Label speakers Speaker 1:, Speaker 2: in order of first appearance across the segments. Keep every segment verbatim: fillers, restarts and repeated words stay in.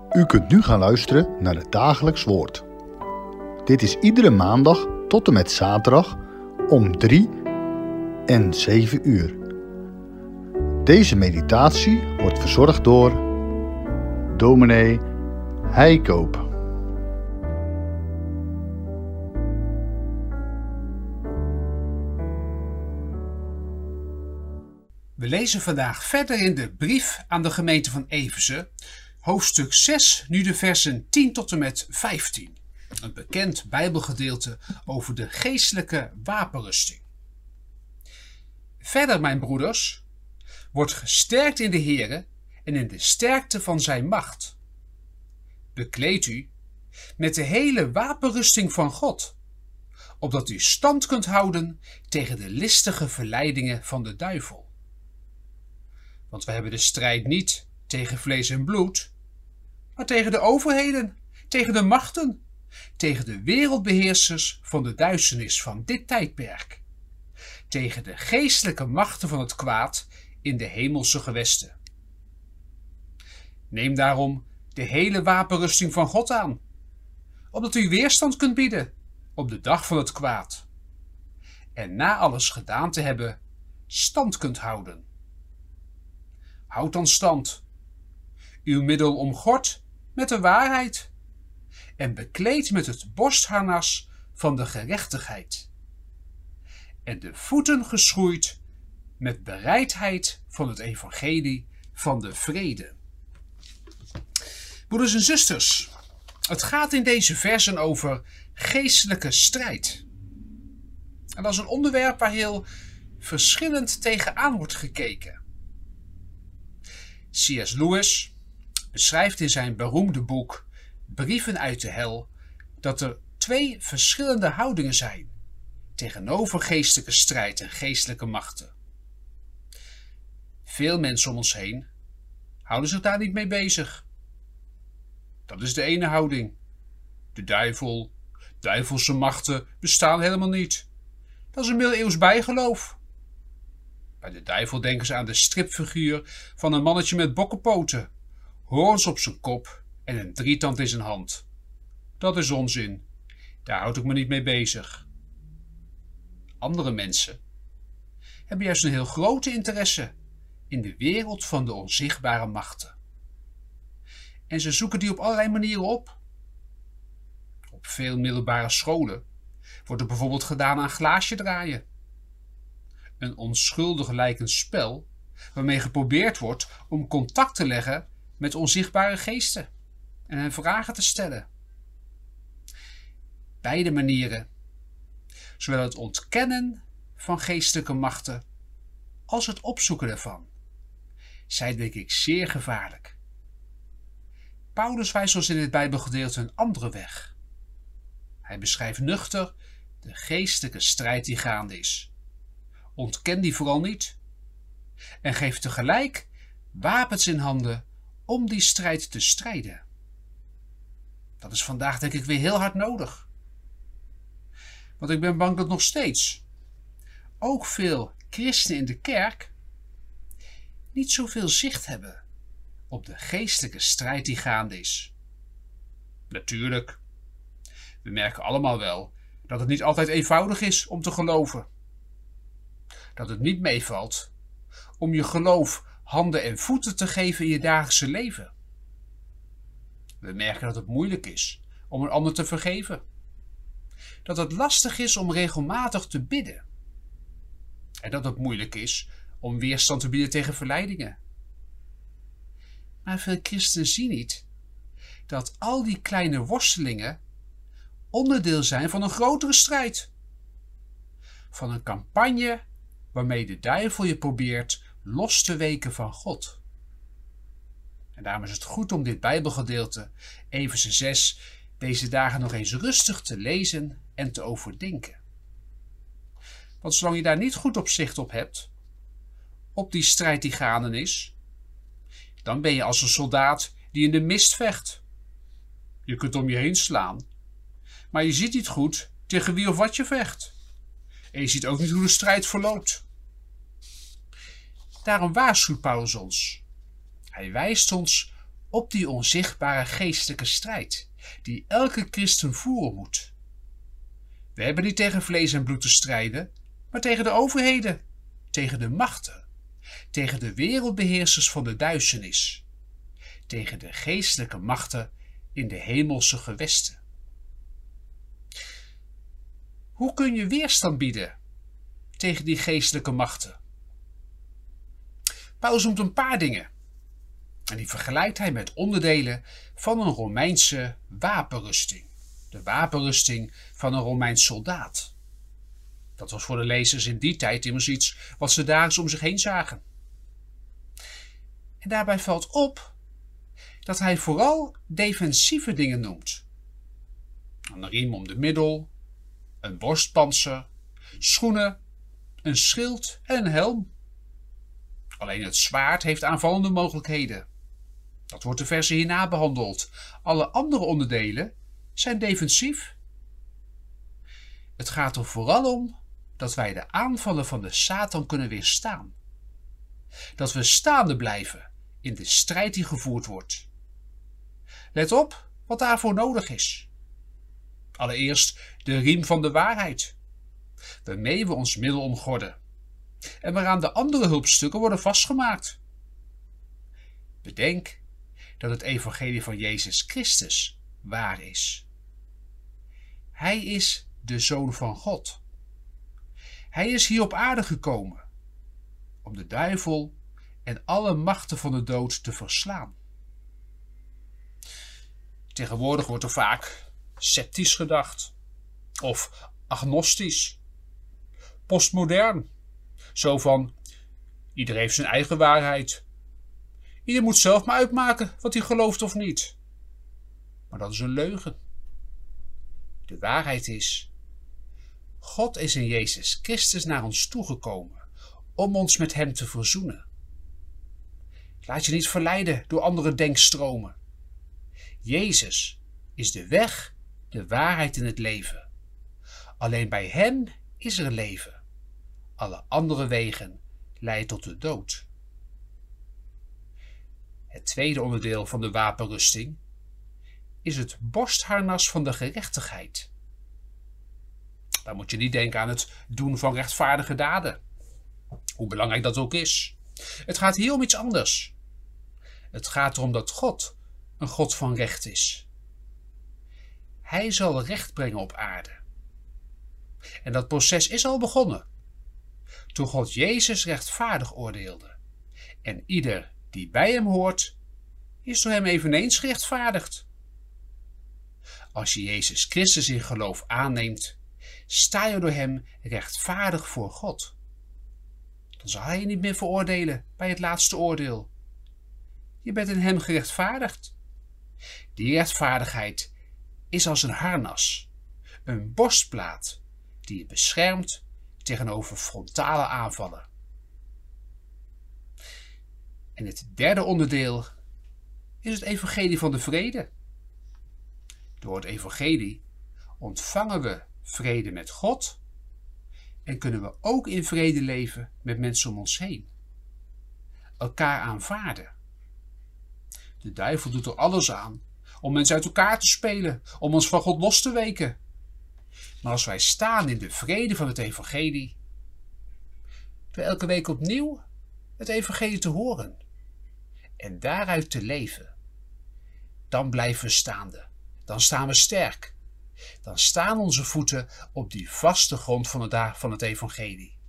Speaker 1: U kunt nu gaan luisteren naar het dagelijks woord. Dit is iedere maandag tot en met zaterdag om drie en zeven uur. Deze meditatie wordt verzorgd door dominee Heikoop.
Speaker 2: We lezen vandaag verder in de brief aan de gemeente van Efeze, hoofdstuk zes, nu de versen tien tot en met vijftien. Een bekend Bijbelgedeelte over de geestelijke wapenrusting. Verder, mijn broeders, wordt gesterkt in de Here en in de sterkte van zijn macht. Bekleed u met de hele wapenrusting van God, opdat u stand kunt houden tegen de listige verleidingen van de duivel. Want we hebben de strijd niet tegen vlees en bloed, maar tegen de overheden, tegen de machten, tegen de wereldbeheersers van de duisternis van dit tijdperk, tegen de geestelijke machten van het kwaad in de hemelse gewesten. Neem daarom de hele wapenrusting van God aan, opdat u weerstand kunt bieden op de dag van het kwaad, en na alles gedaan te hebben, stand kunt houden. Houd dan stand, uw middel omgord met de waarheid en bekleed met het borstharnas van de gerechtigheid en de voeten geschoeid met bereidheid van het evangelie van de vrede. Broeders en zusters, het gaat in deze versen over geestelijke strijd. En dat is een onderwerp waar heel verschillend tegenaan wordt gekeken. C S Lewis beschrijft in zijn beroemde boek Brieven uit de Hel dat er twee verschillende houdingen zijn tegenover geestelijke strijd en geestelijke machten. Veel mensen om ons heen houden zich daar niet mee bezig. Dat is de ene houding. De duivel, duivelse machten bestaan helemaal niet. Dat is een middeleeuws bijgeloof. Bij de duivel denken ze aan de stripfiguur van een mannetje met bokkenpoten, hoorns op zijn kop en een drietand in zijn hand. Dat is onzin. Daar houd ik me niet mee bezig. Andere mensen hebben juist een heel grote interesse in de wereld van de onzichtbare machten. En ze zoeken die op allerlei manieren op. Op veel middelbare scholen wordt er bijvoorbeeld gedaan aan glaasje draaien. Een onschuldig lijkend spel waarmee geprobeerd wordt om contact te leggen met onzichtbare geesten en hen vragen te stellen. Beide manieren, zowel het ontkennen van geestelijke machten als het opzoeken ervan, zijn denk ik zeer gevaarlijk. Paulus wijst ons in dit Bijbelgedeelte een andere weg. Hij beschrijft nuchter de geestelijke strijd die gaande is. Ontken die vooral niet en geef tegelijk wapens in handen om die strijd te strijden. Dat is vandaag denk ik weer heel hard nodig. Want ik ben bang dat nog steeds ook veel christenen in de kerk niet zoveel zicht hebben op de geestelijke strijd die gaande is. Natuurlijk, we merken allemaal wel dat het niet altijd eenvoudig is om te geloven. Dat het niet meevalt om je geloof handen en voeten te geven in je dagelijkse leven. We merken dat het moeilijk is om een ander te vergeven. Dat het lastig is om regelmatig te bidden. En dat het moeilijk is om weerstand te bieden tegen verleidingen. Maar veel christenen zien niet dat al die kleine worstelingen onderdeel zijn van een grotere strijd. Van een campagne waarmee de duivel je probeert los te weken van God. En daarom is het goed om dit Bijbelgedeelte, Efeze zes, deze dagen nog eens rustig te lezen en te overdenken. Want zolang je daar niet goed op zicht op hebt, op die strijd die gaande is, dan ben je als een soldaat die in de mist vecht. Je kunt om je heen slaan, maar je ziet niet goed tegen wie of wat je vecht. En je ziet ook niet hoe de strijd verloopt. Daarom waarschuwt Paulus ons. Hij wijst ons op die onzichtbare geestelijke strijd die elke christen voeren moet. We hebben niet tegen vlees en bloed te strijden, maar tegen de overheden, tegen de machten, tegen de wereldbeheersers van de duisternis, tegen de geestelijke machten in de hemelse gewesten. Hoe kun je weerstand bieden tegen die geestelijke machten? Paulus noemt een paar dingen en die vergelijkt hij met onderdelen van een Romeinse wapenrusting. De wapenrusting van een Romeins soldaat. Dat was voor de lezers in die tijd immers iets wat ze dagelijks om zich heen zagen. En daarbij valt op dat hij vooral defensieve dingen noemt. Een riem om de middel, een borstpanzer, schoenen, een schild en een helm. Alleen het zwaard heeft aanvallende mogelijkheden. Dat wordt de verse hierna behandeld. Alle andere onderdelen zijn defensief. Het gaat er vooral om dat wij de aanvallen van de Satan kunnen weerstaan. Dat we staande blijven in de strijd die gevoerd wordt. Let op wat daarvoor nodig is. Allereerst de riem van de waarheid, waarmee we ons middel omgorden en waaraan de andere hulpstukken worden vastgemaakt. Bedenk dat het evangelie van Jezus Christus waar is. Hij is de Zoon van God. Hij is hier op aarde gekomen om de duivel en alle machten van de dood te verslaan. Tegenwoordig wordt er vaak sceptisch gedacht of agnostisch, postmodern. Zo van, ieder heeft zijn eigen waarheid. Ieder moet zelf maar uitmaken wat hij gelooft of niet. Maar dat is een leugen. De waarheid is, God is in Jezus Christus naar ons toegekomen om ons met hem te verzoenen. Laat je niet verleiden door andere denkstromen. Jezus is de weg, de waarheid en het leven. Alleen bij hem is er leven. Alle andere wegen leiden tot de dood. Het tweede onderdeel van de wapenrusting is het borstharnas van de gerechtigheid. Dan moet je niet denken aan het doen van rechtvaardige daden, hoe belangrijk dat ook is. Het gaat hier om iets anders. Het gaat erom dat God een God van recht is. Hij zal recht brengen op aarde. En dat proces is al begonnen, toen God Jezus rechtvaardig oordeelde. En ieder die bij hem hoort, is door hem eveneens gerechtvaardigd. Als je Jezus Christus in geloof aanneemt, sta je door hem rechtvaardig voor God. Dan zal hij je niet meer veroordelen bij het laatste oordeel. Je bent in hem gerechtvaardigd. Die rechtvaardigheid is als een harnas, een borstplaat die je beschermt tegenover frontale aanvallen. En het derde onderdeel is het evangelie van de vrede. Door het evangelie ontvangen we vrede met God en kunnen we ook in vrede leven met mensen om ons heen. Elkaar aanvaarden. De duivel doet er alles aan om mensen uit elkaar te spelen, om ons van God los te weken. Maar als wij staan in de vrede van het evangelie, door elke week opnieuw het evangelie te horen en daaruit te leven, dan blijven we staande. Dan staan we sterk. Dan staan onze voeten op die vaste grond van het, van het evangelie.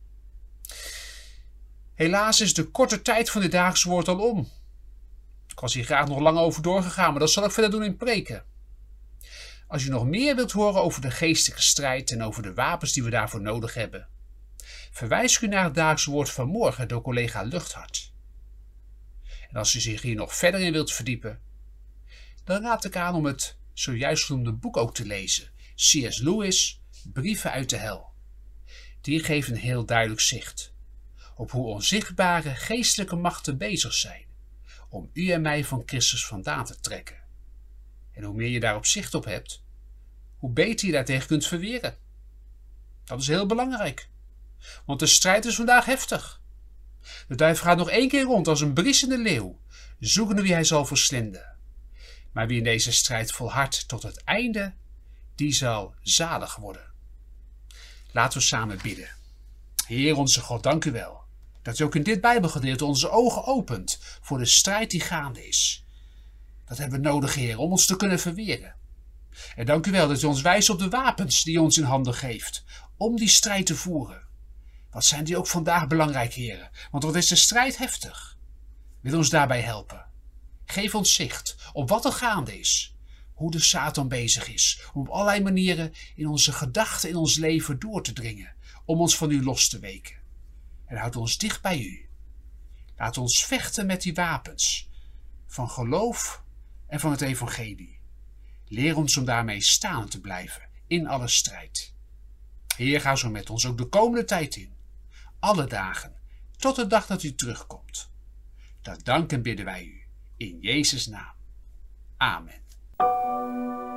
Speaker 2: Helaas is de korte tijd van dit dagelijks woord al om. Ik was hier graag nog lang over doorgegaan, maar dat zal ik verder doen in preken. Als je nog meer wilt horen over de geestelijke strijd en over de wapens die we daarvoor nodig hebben, verwijs ik u naar het dagelijks woord van morgen door collega Luchthart. En als u zich hier nog verder in wilt verdiepen, dan raad ik aan om het zojuist genoemde boek ook te lezen, C S Lewis, Brieven uit de Hel. Die geeft een heel duidelijk zicht op hoe onzichtbare geestelijke machten bezig zijn om u en mij van Christus vandaan te trekken. En hoe meer je daarop zicht op hebt, hoe beter je daartegen kunt verweren. Dat is heel belangrijk, want de strijd is vandaag heftig. De duivel gaat nog één keer rond als een briesende leeuw, zoekende wie hij zal verslinden. Maar wie in deze strijd volhardt tot het einde, die zal zalig worden. Laten we samen bidden. Heer onze God, dank u wel dat u ook in dit Bijbelgedeelte onze ogen opent voor de strijd die gaande is. Dat hebben we nodig, Heer, om ons te kunnen verweren. En dank u wel dat u ons wijst op de wapens die u ons in handen geeft, om die strijd te voeren. Wat zijn die ook vandaag belangrijk, Heer, want wat is de strijd heftig. Wil ons daarbij helpen. Geef ons zicht op wat er gaande is, hoe de Satan bezig is, om op allerlei manieren in onze gedachten, in ons leven door te dringen, om ons van u los te weken. En houd ons dicht bij u. Laat ons vechten met die wapens van geloof en van het evangelie. Leer ons om daarmee staan te blijven in alle strijd. Heer, ga zo met ons ook de komende tijd in. Alle dagen, tot de dag dat u terugkomt. Dat danken bidden wij u in Jezus' naam. Amen.